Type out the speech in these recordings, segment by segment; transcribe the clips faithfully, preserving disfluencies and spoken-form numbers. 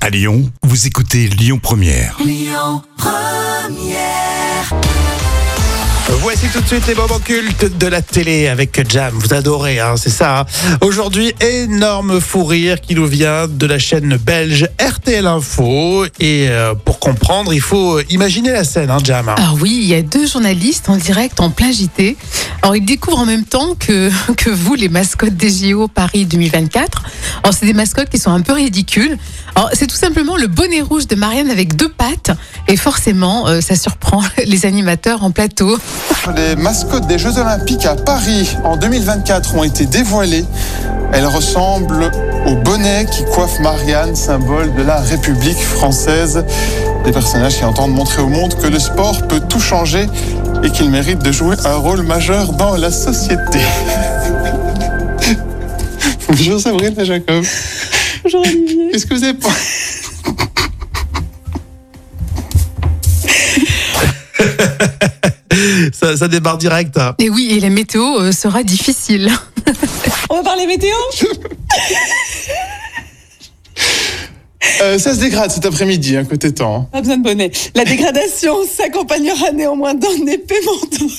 À Lyon, vous écoutez Lyon Première. Lyon Première. Voici tout de suite les moments cultes de la télé avec Jam. Vous adorez, hein, c'est ça. Hein. Aujourd'hui, énorme fou rire qui nous vient de la chaîne belge R T L Info. Et euh, pour comprendre, il faut imaginer la scène, hein, Jam. Ah oui, il y a deux journalistes en direct en plein J T. Alors ils découvrent en même temps que, que vous, les mascottes des J O Paris deux mille vingt-quatre. Alors c'est des mascottes qui sont un peu ridicules. Alors c'est tout simplement le bonnet rouge de Marianne avec deux pattes. Et forcément, euh, ça surprend les animateurs en plateau. Les mascottes des Jeux Olympiques à Paris en deux mille vingt-quatre ont été dévoilées. Elles ressemblent au bonnet qui coiffe Marianne, symbole de la République française. Des personnages qui entendent montrer au monde que le sport peut tout changer et qu'il mérite de jouer un rôle majeur dans la société. Bonjour Sabrina Jacob. Bonjour Olivier. Qu'est-ce que vous avez pas ça, ça démarre direct. Hein. Et oui, et la météo euh, sera difficile. On va parler météo. euh, Ça se dégrade cet après-midi, hein, côté temps. Pas besoin de bonnet. La dégradation s'accompagnera néanmoins d'un épais manteau.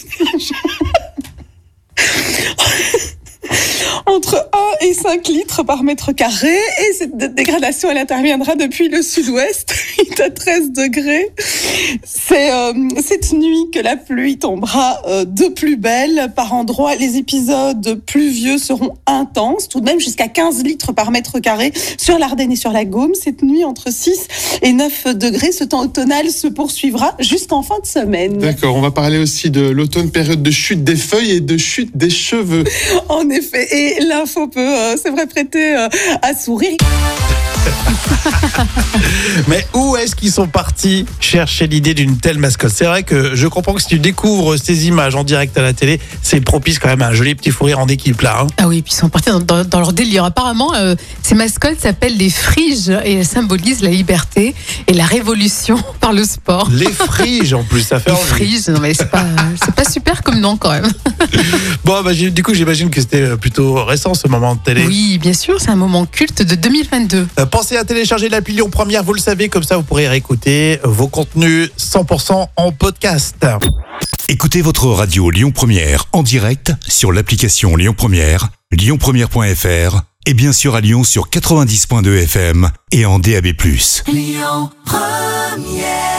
Entre un et cinq litres par mètre carré. Et cette dégradation, elle interviendra depuis le sud-ouest, à treize degrés. C'est euh, cette nuit que la pluie tombera euh, de plus belle. Par endroits, les épisodes pluvieux seront intenses, tout de même jusqu'à quinze litres par mètre carré sur l'Ardenne et sur la Gaume. Cette nuit, entre six et neuf degrés, ce temps automnal se poursuivra jusqu'en fin de semaine. D'accord, on va parler aussi de l'automne, période de chute des feuilles et de chute des cheveux. En effet, et l'info peut, euh, c'est vrai, prêter euh, à sourire. Mais où est-ce qu'ils sont partis chercher l'idée d'une telle mascotte? C'est vrai que je comprends que si tu découvres ces images en direct à la télé, c'est propice quand même à un joli petit fou rire en équipe là. Hein. Ah oui, puis ils sont partis dans, dans, dans leur délire. Apparemment, euh, ces mascottes s'appellent les friges et elles symbolisent la liberté et la révolution par le sport. Les friges en plus, ça fait Les envie. friges, non mais c'est pas, c'est pas super comme nom quand même. Bon, bah, du coup, j'imagine que c'était plutôt récent ce moment de télé. Oui, bien sûr, c'est un moment culte de deux mille vingt-deux. Euh, pensez à télécharger l'appli Lyon Première, vous le savez, comme ça vous pourrez réécouter vos contenus cent pour cent en podcast. Écoutez votre radio Lyon Première en direct sur l'application Lyon Première, lyon première point f r et bien sûr à Lyon sur quatre-vingt-dix point deux F M et en D A B plus. Lyon Première.